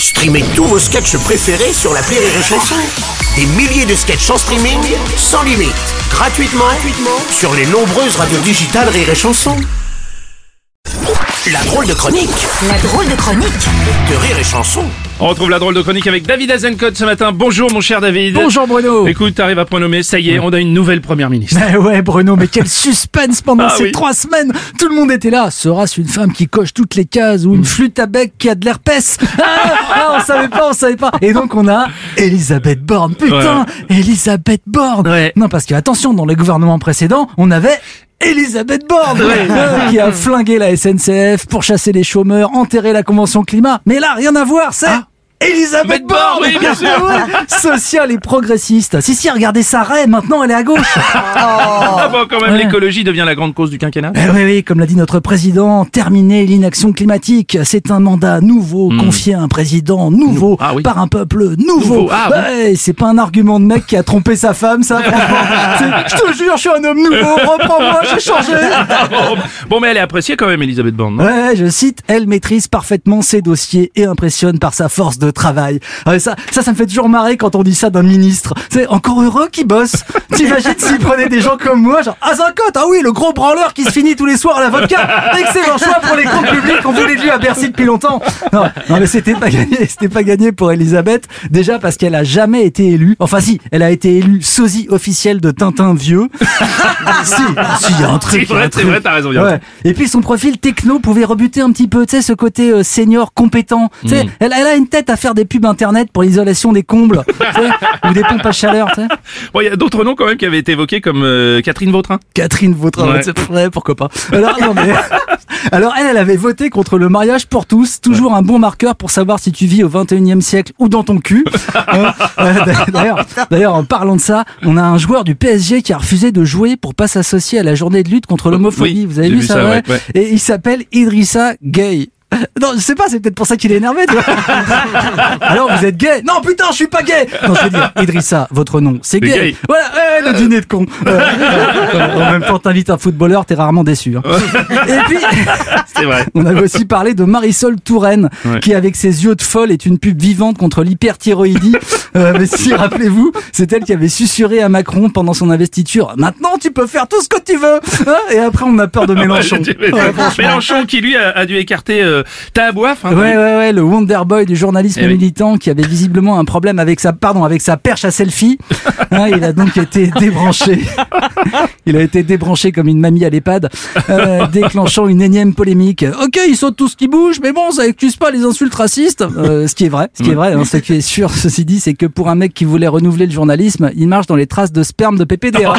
Streamez tous vos sketchs préférés sur l'appli Rire et Chanson. Des milliers de sketchs en streaming, sans limite, gratuitement sur les nombreuses radios digitales Rire et Chanson. La drôle de chronique de Rire et Chanson. On retrouve la drôle de chronique avec David Azencott ce matin. Bonjour mon cher David. Bonjour Bruno. Écoute, t'arrives à point nommé, ça y est, on a une nouvelle première ministre. Mais ouais Bruno, mais quel suspense pendant ces oui. 3 semaines. Tout le monde était là. Sera-ce une femme qui coche toutes les cases ou une flûte à bec qui a de l'herpès? On savait pas. Et donc on a Elisabeth Borne. Putain, Elisabeth Borne. Ouais. Non, parce que attention, dans le gouvernement précédent, on avait Elisabeth Borne qui a flingué la SNCF, pourchassé les chômeurs, enterré la convention climat. Mais là, rien à voir, c'est Elisabeth Borne. Oui, bien sûr. Sociale et progressiste. Si, regardez Sarah, maintenant elle est à gauche. Ah bon, quand même, Ouais. l'écologie devient la grande cause du quinquennat. Oui, comme l'a dit notre président, terminer l'inaction climatique, c'est un mandat nouveau, confié à un président nouveau, Ah oui. par un peuple nouveau. Ah bon. Ouais, c'est pas un argument de mec qui a trompé sa femme, ça, franchement. Je te jure, je suis un homme nouveau, reprends-moi, j'ai changé. Bon, mais elle est appréciée quand même, Elisabeth Borne, non? Ouais, je cite, elle maîtrise parfaitement ses dossiers et impressionne par sa force de travail. Ça me fait toujours marrer quand on dit ça d'un ministre. C'est encore heureux qu'il bosse. T'imagines s'il prenait des gens comme moi, genre Azencott, ah oui, le gros branleur qui se finit tous les soirs à la vodka. Excellent choix pour les comptes publics, on voulait de lui à Bercy depuis longtemps. Non, mais c'était pas gagné pour Elisabeth. Déjà parce qu'elle a jamais été élue. Enfin si, elle a été élue sosie officielle de Tintin vieux. si, il y a un truc. C'est vrai, t'as raison. Ouais. Et puis son profil techno pouvait rebuter un petit peu, tu sais, ce côté senior compétent. Tu sais, elle a une tête à faire des pubs internet pour l'isolation des combles, tu sais, ou des pompes à chaleur, tu sais. Bon, il y a d'autres noms quand même qui avaient été évoqués comme Catherine Vautrin. Catherine Vautrin, Ouais. ouais, pourquoi pas. Alors elle avait voté contre le mariage pour tous, toujours un bon marqueur pour savoir si tu vis au 21e siècle ou dans ton cul. D'ailleurs, en parlant de ça, on a un joueur du PSG qui a refusé de jouer pour pas s'associer à la journée de lutte contre l'homophobie. Oui, Vous avez j'ai vu vu ça, ça, ouais. ouais. Et il s'appelle Idrissa Gueye. Non, je sais pas, c'est peut-être pour ça qu'il est énervé, tu vois. Alors, vous êtes gay? Non, putain, je suis pas gay! Non, je veux dire, Idrissa, votre nom, c'est gay. gay. Voilà, le dîner de con. En même temps, t'invites un footballeur, t'es rarement déçu. Hein. Et puis, C'est vrai. on avait aussi parlé de Marisol Touraine, Ouais. qui, avec ses yeux de folle, est une pub vivante contre l'hyperthyroïdie. Mais si, rappelez-vous, c'est elle qui avait susurré à Macron pendant son investiture. Maintenant, tu peux faire tout ce que tu veux. Hein, et après, on a peur de Mélenchon. Ouais, franchement. Mélenchon qui lui a dû écarter Tahabouaf. Hein, Ouais, le Wonderboy du journalisme Eh oui. militant qui avait visiblement un problème avec sa perche à selfie. Hein, il a donc été débranché. Il a été débranché comme une mamie à l'EHPAD, déclenchant une énième polémique. Ok, il saute tout ce qui bouge, mais bon, ça excuse pas les insultes racistes. Ce qui est vrai, hein, ce qui est sûr, ceci dit, c'est que pour un mec qui voulait renouveler le journalisme, il marche dans les traces de sperme de PPDA.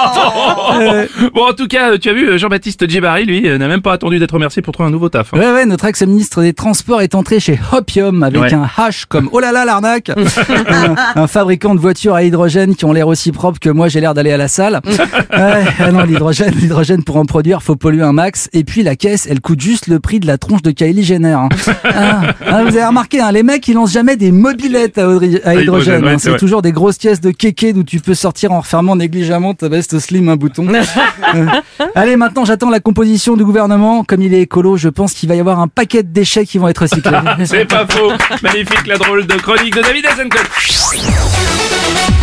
Bon, en tout cas, tu as vu, Jean-Baptiste Djebari, lui, n'a même pas attendu d'être remercié pour trouver un nouveau taf. Hein. Ouais, notre ex-ministre des Transports est entré chez Hopium avec Ouais. un H comme oh là là l'arnaque, un fabricant de voitures à hydrogène qui ont l'air aussi propres que moi j'ai l'air d'aller à la salle. Non, l'hydrogène pour en produire faut polluer un max. Et puis la caisse, elle coûte juste le prix de la tronche de Kylie Jenner. Hein. Vous avez remarqué, hein, les mecs ils lancent jamais des mobilettes à hydrogène. ouais, Hein. c'est C'est vrai. toujours des grosses caisses de kéké d'où tu peux sortir en refermant négligemment ta veste slim un bouton. Allez, maintenant j'attends la composition du gouvernement. Comme il est écolo, je pense qu'il va y avoir un paquet de déchets qui vont être recyclés. C'est pas faux. Magnifique, la drôle de chronique de David Azencott.